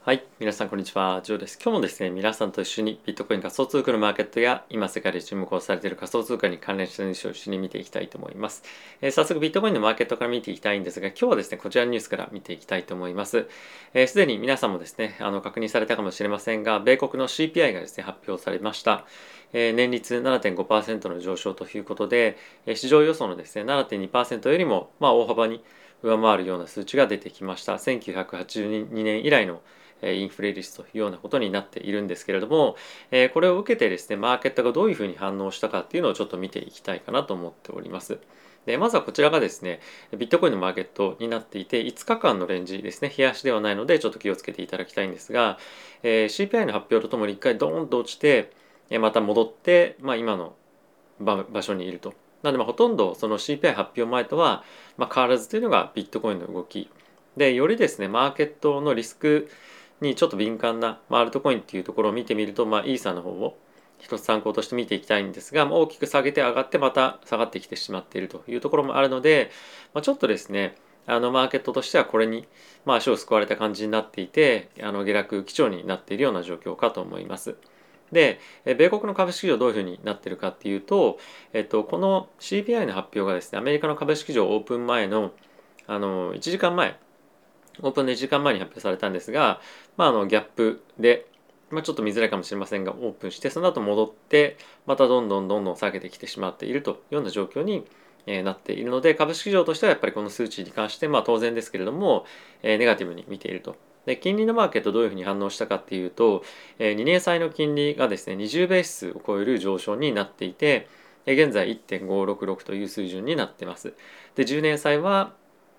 はい、皆さんこんにちは、ジョーです。今日もですね、皆さんと一緒にビットコイン仮想通貨のマーケットや今世界で注目をされている仮想通貨に関連したニュースを一緒に見ていきたいと思います。早速ビットコインのマーケットから見ていきたいんですが、今日はですね、こちらのニュースから見ていきたいと思います。すでに皆さんもですね、確認されたかもしれませんが、米国の CPI がですね、発表されました。年率7.5% の上昇ということで、市場予想のですね、7.2% よりも大幅に上回るような数値が出てきました。1982年以来のインフレ率というようなことになっているんですけれども、これを受けてですね、マーケットがどういうふうに反応したかっていうのをちょっと見ていきたいかなと思っております。で、まずはこちらがですね、ビットコインのマーケットになっていて、5日間のレンジですね、冷やしではないので、ちょっと気をつけていただきたいんですが、CPI の発表とともに1回ドーンと落ちて、また戻って、今の場所にいると。なので、ほとんどその CPI 発表前とは、変わらずというのがビットコインの動き。で、よりですね、マーケットのリスクにちょっと敏感な、アルトコインっていうところを見てみると、イーサの方を一つ参考として見ていきたいんですが、大きく下げて上がってまた下がってきてしまっているというところもあるので、ちょっとですね、マーケットとしてはこれに、足をすくわれた感じになっていて、下落基調になっているような状況かと思います。で、米国の株式市場どういうふうになっているかっていうと、この CPI の発表がですね、アメリカの株式市場オープン前の、1時間前、オープンの1時間前に発表されたんですが、ギャップで、ちょっと見づらいかもしれませんが、オープンして、その後戻って、またどんどん下げてきてしまっているというような状況になっているので、株式市場としてはやっぱりこの数値に関して、当然ですけれども、ネガティブに見ていると。で、金利のマーケットどういうふうに反応したかっていうと、2年債の金利がですね、20ベースを超える上昇になっていて、現在1.566という水準になっています。で、10年債は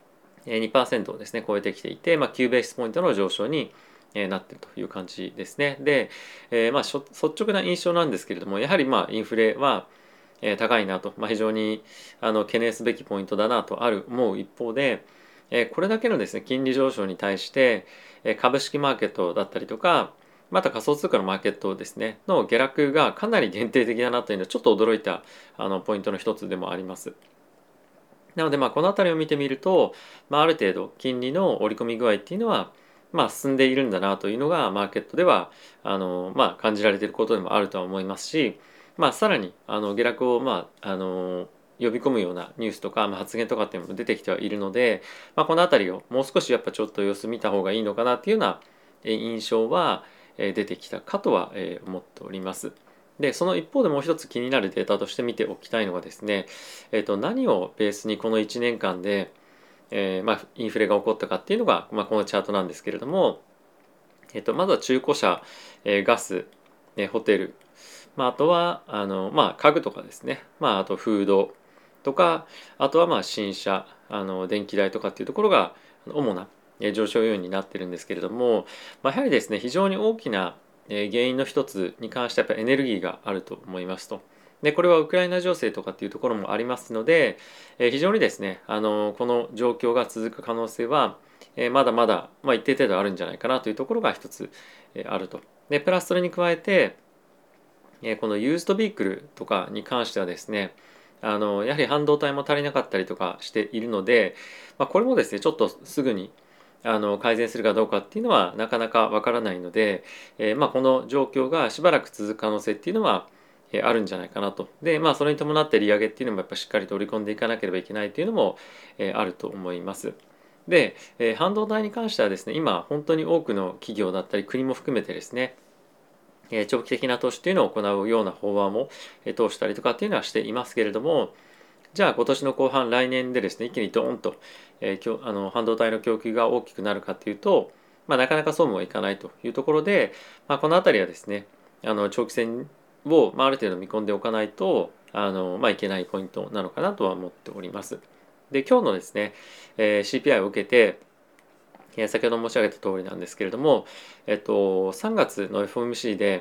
2%をですね、超えてきていて、9ベースポイントの上昇になっているという感じですね。で、率直な印象なんですけれども、やはりインフレは高いなと、非常に懸念すべきポイントだなと思う一方で、これだけのですね、金利上昇に対して、株式マーケットだったりとか、また仮想通貨のマーケットですね、の下落がかなり限定的だなというのはちょっと驚いたポイントの一つでもあります。なのでこの辺りを見てみると、ある程度金利の織り込み具合っていうのは進んでいるんだなというのがマーケットでは感じられていることでもあるとは思いますし、さらに下落を呼び込むようなニュースとか、発言とかっていうのも出てきてはいるので、この辺りをもう少しやっぱちょっと様子見た方がいいのかなっていうような印象は出てきたかとは思っております。で、その一方でもう一つ気になるデータとして見ておきたいのがですね、何をベースにこの1年間で、インフレが起こったかっていうのが、このチャートなんですけれども、まずは中古車、ガス、ホテル、あとは家具とかですね、あとフードとか、あとは新車、電気代とかっていうところが主な上昇要因になってるんですけれども、やはりですね、非常に大きな原因の一つに関してはやっぱエネルギーがあると思いますと。で、これはウクライナ情勢とかっていうところもありますので、非常にですね、この状況が続く可能性は、まだまだ、一定程度あるんじゃないかなというところが一つ、あると。で、プラスそれに加えて、このユーズドビークルとかに関してはですね、やはり半導体も足りなかったりとかしているので、これもですね、ちょっとすぐに改善するかどうかっていうのはなかなかわからないので、この状況がしばらく続く可能性っていうのはあるんじゃないかなと。で、それに伴って利上げっていうのもやっぱしっかりと織り込んでいかなければいけないっていうのもあると思います。で、半導体に関してはですね、今本当に多くの企業だったり国も含めてですね、長期的な投資っていうのを行うような法案も通したりとかっていうのはしていますけれども、じゃあ今年の後半来年でですね一気にドーンと、半導体の供給が大きくなるかっていうと、なかなかそうもいかないというところで、この辺りはですね長期戦を、ある程度見込んでおかないといけないポイントなのかなとは思っております。で、今日のですね、CPI を受けて先ほど申し上げた通りなんですけれども、3月の FOMC で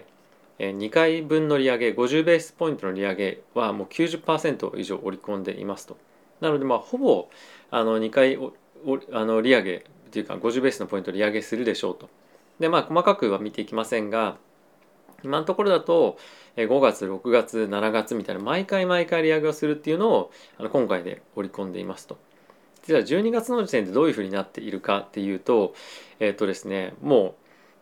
2回分の利上げ、50ベースポイントの利上げはもう90%以上織り込んでいますと。なので、ほぼ2回利上げというか50ベースのポイント利上げするでしょうと。で、細かくは見ていきませんが、今のところだと5月、6月、7月みたいな毎回毎回利上げをするっていうのを今回で織り込んでいますと。じゃあ12月の時点でどういうふうになっているかっていうと、ですね、も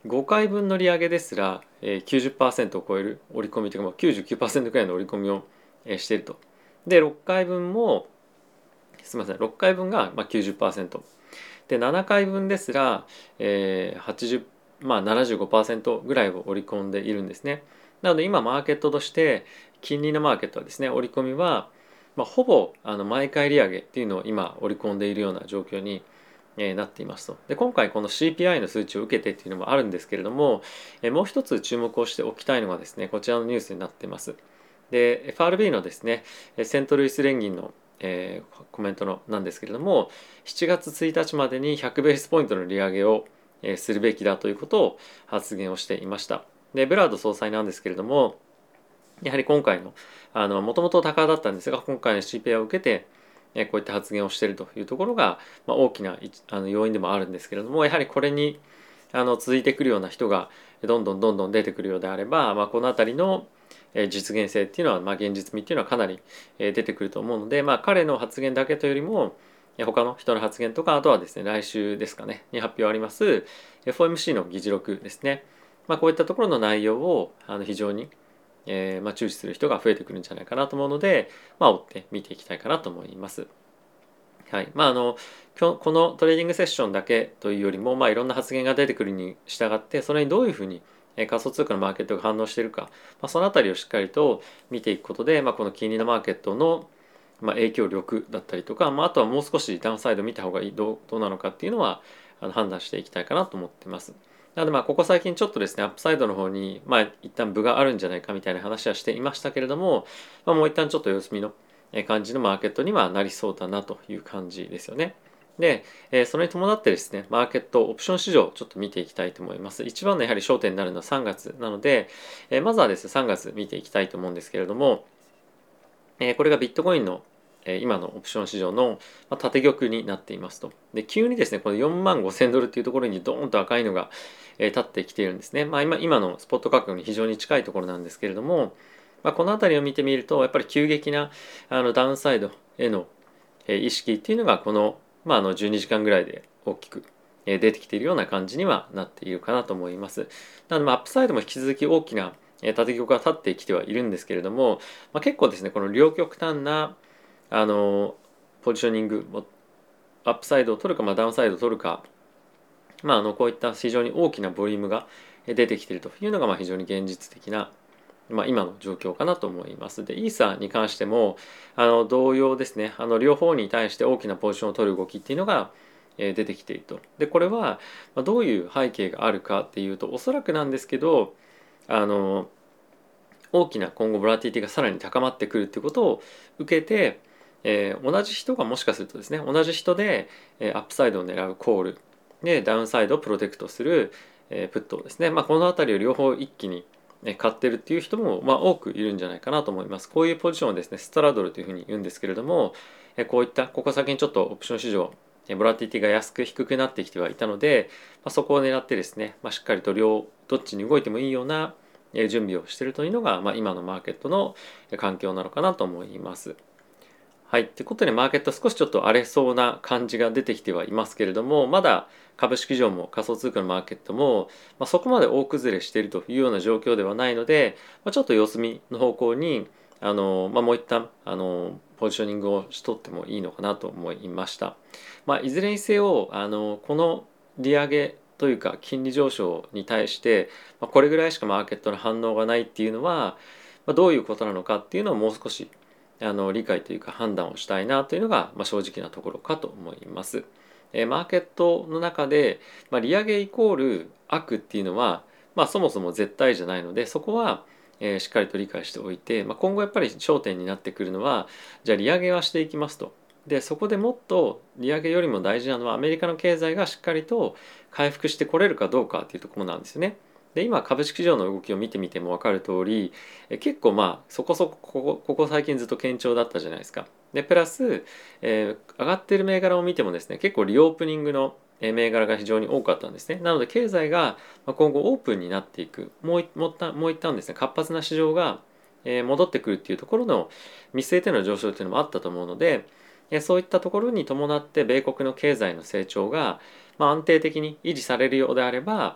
5回分の利上げですら、90% を超える織り込みというか、99% くらいの織り込みを、していると。で6回分もすみません6回分が90%で7回分ですら、8075% ぐらいを織り込んでいるんですね。なので今マーケットとして金利のマーケットはですね織り込みは、ほぼ毎回利上げっていうのを今織り込んでいるような状況になっていますと。で今回この CPI の数値を受けてっていうのもあるんですけれども、もう一つ注目をしておきたいのがですねこちらのニュースになっています。で FRB のですねセントルイス連銀の、コメントのなんですけれども、7月1日までに100ベースポイントの利上げをするべきだということを発言をしていました。でブラード総裁なんですけれども、やはり今回のもともと高だったんですが今回の CPI を受けてこういった発言をしているというところが、大きな要因でもあるんですけれども、やはりこれに続いてくるような人がどんどん出てくるようであれば、この辺りの実現性っていうのは、現実味っていうのはかなり出てくると思うので、彼の発言だけというよりも他の人の発言とか、あとはですね来週ですかねに発表あります FOMC の議事録ですね、こういったところの内容を非常に注視する人が増えてくるんじゃないかなと思うので、追って見ていきたいかなと思います。はい。今日このトレーディングセッションだけというよりも、いろんな発言が出てくるに従って、それにどういうふうに仮想通貨のマーケットが反応しているか、そのあたりをしっかりと見ていくことで、この金利のマーケットの影響力だったりとか、あとはもう少しダウンサイド見た方がいいどうなのかっていうのは判断していきたいかなと思っています。なのでここ最近ちょっとですねアップサイドの方に一旦分があるんじゃないかみたいな話はしていましたけれども、もう一旦ちょっと様子見の感じのマーケットにはなりそうだなという感じですよね。で、それに伴ってですねマーケットオプション市場をちょっと見ていきたいと思います。一番のやはり焦点になるのは3月なので、まずはですね3月見ていきたいと思うんですけれども、これがビットコインの今のオプション市場の縦玉になっていますと。で急にですねこの4万5,000ドルっていうところにドーンと赤いのが立ってきているんですね。今のスポット価格に非常に近いところなんですけれども、この辺りを見てみるとやっぱり急激なダウンサイドへの意識っていうのがこの、12時間ぐらいで大きく出てきているような感じにはなっているかなと思います。なのでアップサイドも引き続き大きな縦玉が立ってきてはいるんですけれども、結構ですねこの両極端なポジショニングアップサイドを取るか、ダウンサイドを取るか、こういった非常に大きなボリュームが出てきているというのが非常に現実的な、今の状況かなと思います。でイーサに関しても同様ですね両方に対して大きなポジションを取る動きっていうのが出てきていると。でこれはどういう背景があるかっていうと、おそらくなんですけど大きな今後ボラティティがさらに高まってくるっていうことを受けて、同じ人がもしかするとですね同じ人で、アップサイドを狙うコールでダウンサイドをプロテクトする、プットをですね、この辺りを両方一気に買ってるっていう人も多くいるんじゃないかなと思います。こういうポジションをですねストラドルというふうに言うんですけれども、こういったここ最近ちょっとオプション市場ボラティティが安く低くなってきてはいたので、そこを狙ってですね、しっかりとどっちに動いてもいいような準備をしているというのが、今のマーケットの環境なのかなと思います。はい。ということで、マーケット少しちょっと荒れそうな感じが出てきてはいますけれども、まだ株式市場も仮想通貨のマーケットも、そこまで大崩れしているというような状況ではないので、ちょっと様子見の方向に、もう一旦、ポジショニングをしとってもいいのかなと思いました。いずれにせよ、この利上げというか金利上昇に対して、これぐらいしかマーケットの反応がないっていうのは、どういうことなのかっていうのをもう少し理解というか判断をしたいなというのが、正直なところかと思います。マーケットの中で、利上げイコール悪っていうのは、そもそも絶対じゃないので、そこはしっかりと理解しておいて、今後やっぱり焦点になってくるのは、じゃあ利上げはしていきますと。でそこでもっと利上げよりも大事なのはアメリカの経済がしっかりと回復してこれるかどうかっていうところなんですよね。で今株式市場の動きを見てみても分かる通り結構そこそこここ最近ずっと堅調だったじゃないですか。でプラス、上がっている銘柄を見てもですね結構リオープニングの銘柄が非常に多かったんですね。なので経済が今後オープンになっていくもう一旦ですね活発な市場が戻ってくるっていうところの見据えての上昇っていうのもあったと思うので、そういったところに伴って米国の経済の成長が安定的に維持されるようであれば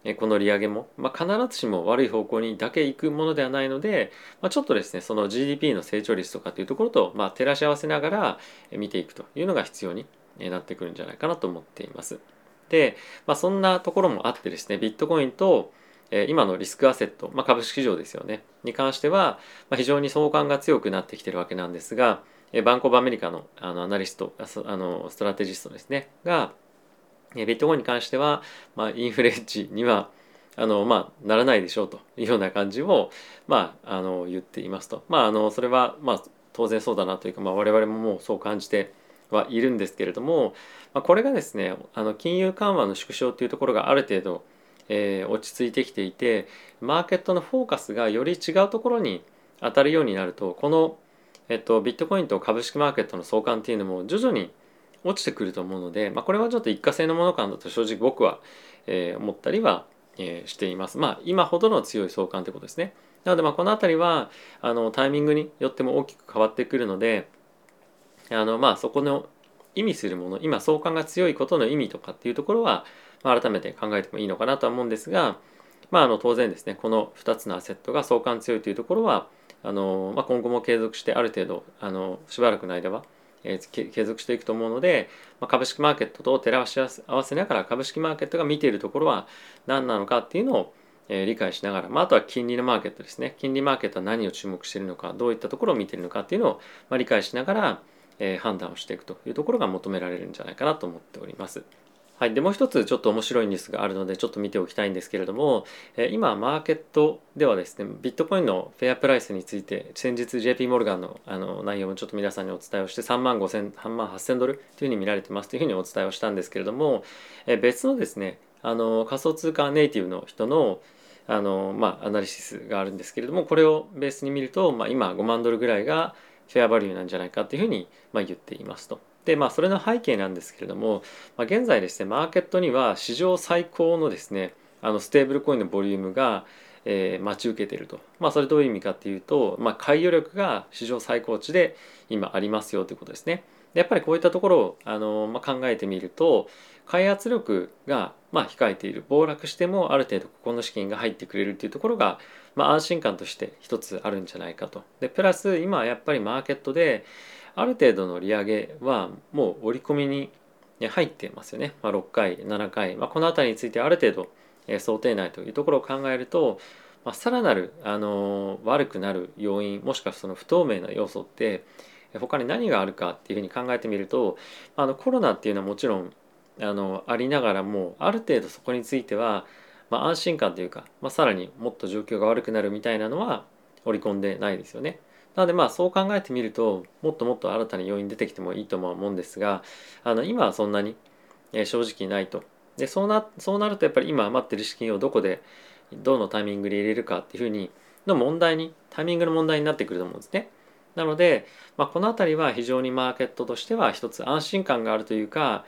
この利上げも、必ずしも悪い方向にだけ行くものではないので、ちょっとですねその GDP の成長率とかっていうところと、照らし合わせながら見ていくというのが必要になってくるんじゃないかなと思っています。で、そんなところもあってですねビットコインと今のリスクアセット、株式市場ですよねに関しては、非常に相関が強くなってきているわけなんですが、バンコブアメリカのアナリストストラテジストですねがビットコインに関しては、インフレ値にはならないでしょうというような感じを、言っていますと。それは、当然そうだなというか、我々ももうそう感じてはいるんですけれども、これがですね金融緩和の縮小というところがある程度、落ち着いてきていてマーケットのフォーカスがより違うところに当たるようになるとこの、ビットコインと株式マーケットの相関っていうのも徐々に落ちてくると思うので、これはちょっと一過性のものかなと正直僕は、思ったりは、しています。今ほどの強い相関ということですね。なのでこの辺りはタイミングによっても大きく変わってくるのでそこの意味するもの今相関が強いことの意味とかっていうところは、改めて考えてもいいのかなとは思うんですが、当然ですねこの2つのアセットが相関強いというところは今後も継続してある程度しばらくの間は継続していくと思うので、株式マーケットと照らし合わせながら株式マーケットが見ているところは何なのかっていうのを理解しながら、あとは金利のマーケットですね金利マーケットは何を注目しているのかどういったところを見ているのかっていうのを理解しながら判断をしていくというところが求められるんじゃないかなと思っております。はい、でもう一つちょっと面白いニュースがあるのでちょっと見ておきたいんですけれども、今マーケットではですねビットコインのフェアプライスについて先日 JP モルガンの内容もちょっと皆さんにお伝えをして3万5千3万8000ドルというふうに見られてますというふうにお伝えをしたんですけれども、別のですね仮想通貨ネイティブの人のアナリシスがあるんですけれどもこれをベースに見ると、今5万ドルぐらいがフェアバリューなんじゃないかというふうに言っていますと。でそれの背景なんですけれども、現在ですねマーケットには史上最高のですねステーブルコインのボリュームが、待ち受けていると、それどういう意味かっていうと、買い余力が史上最高値で今ありますよということですね。でやっぱりこういったところを考えてみると買い圧力が控えている暴落してもある程度ここの資金が入ってくれるっていうところが、安心感として一つあるんじゃないかと。でプラス今はやっぱりマーケットである程度の利上げはもう織り込みに入っていますよね。6回7回、この辺りについてある程度想定内というところを考えると、さらなる、悪くなる要因もしくはその不透明な要素って他に何があるかっていうふうに考えてみるとコロナっていうのはもちろんありながらもある程度そこについては、安心感というか、さらにもっと状況が悪くなるみたいなのは織り込んでないですよね。なのでそう考えてみるともっともっと新たな要因出てきてもいいと思うんですが今はそんなに正直ないと。でそうなるとやっぱり今余ってる資金をどこでどのタイミングで入れるかっていうふうにの問題にタイミングの問題になってくると思うんですね。なので、この辺りは非常にマーケットとしては一つ安心感があるというか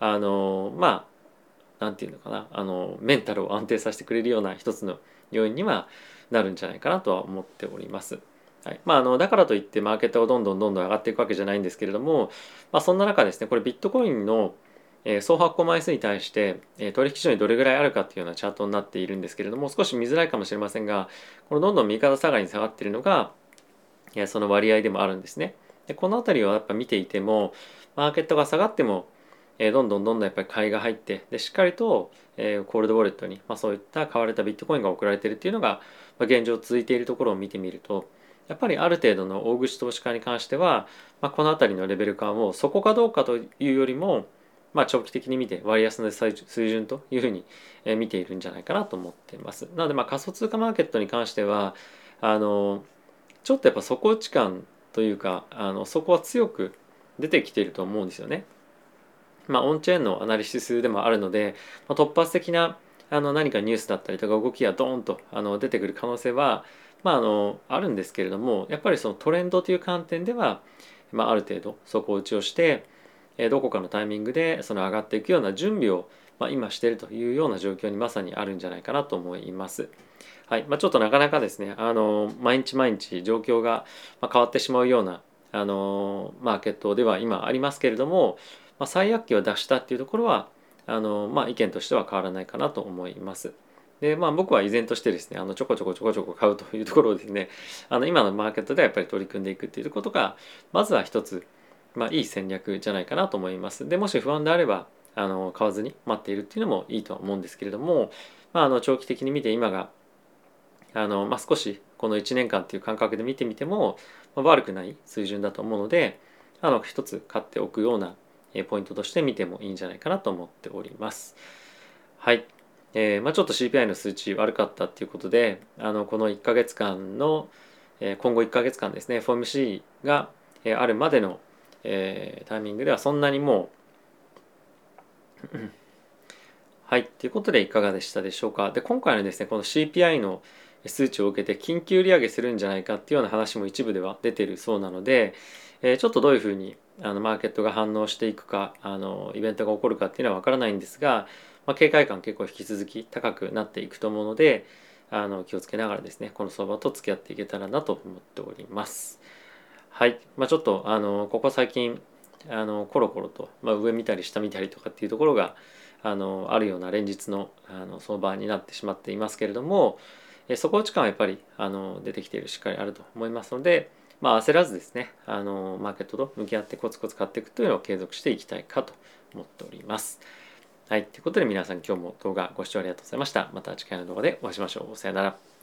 なんていうのかなメンタルを安定させてくれるような一つの要因にはなるんじゃないかなとは思っております。はい、だからといってマーケットがどんどん上がっていくわけじゃないんですけれども、そんな中ですねこれビットコインの総発行枚数に対して取引所にどれぐらいあるかっていうようなチャートになっているんですけれども少し見づらいかもしれませんがこのどんどん右肩下がりに下がっているのがその割合でもあるんですね。でこの辺りをやっぱ見ていてもマーケットが下がってもどんどんやっぱり買いが入ってでしっかりとコールドウォレットにそういった買われたビットコインが送られているっていうのが現状続いているところを見てみるとやっぱりある程度の大口投資家に関してはこの辺りのレベル感をそこかどうかというよりも長期的に見て割安の水準というふうに見ているんじゃないかなと思っています。なので仮想通貨マーケットに関してはちょっとやっぱ底打ち感というかそこは強く出てきていると思うんですよね。オンチェーンのアナリシスでもあるので、突発的な何かニュースだったりとか動きがドーンと出てくる可能性は、あるんですけれどもやっぱりそのトレンドという観点では、ある程度底打ちをしてどこかのタイミングでその上がっていくような準備を、今しているというような状況にまさにあるんじゃないかなと思います。はい、ちょっとなかなかですね毎日毎日状況が変わってしまうようなマーケットでは今ありますけれども、最悪期を出したっていうところは意見としては変わらないかなと思います。 で、僕は依然としてですね、ちょこちょこちょこちょこ買うというところをですね、今のマーケットではやっぱり取り組んでいくっていうことが、まずは一つ、いい戦略じゃないかなと思います。で、もし不安であれば、買わずに待っているっていうのもいいとは思うんですけれども、長期的に見て今が、少しこの1年間っていう感覚で見てみても、悪くない水準だと思うので、一つ買っておくようなポイントとして見てもいいんじゃないかなと思っております。はい。ちょっと CPI の数値悪かったっていうことで、この1ヶ月間の、今後1ヶ月間ですね、FOMC があるまでの、タイミングではそんなにもうはい、ということでいかがでしたでしょうか。で、今回のですね、この CPI の数値を受けて緊急利上げするんじゃないかっていうような話も一部では出ているそうなので、ちょっとどういうふうにマーケットが反応していくか、イベントが起こるかっていうのはわからないんですが、警戒感結構引き続き高くなっていくと思うので、気をつけながらですね、この相場と付き合っていけたらなと思っております。はい、ちょっとここ最近コロコロと、上見たり下見たりとかっていうところがあるような連日の相場になってしまっていますけれども、底打ち感はやっぱり出てきているしっかりあると思いますので、焦らずですねマーケットと向き合ってコツコツ買っていくというのを継続していきたいかと思っております。はい、ということで皆さん今日も動画ご視聴ありがとうございました。また次回の動画でお会いしましょう。さよなら。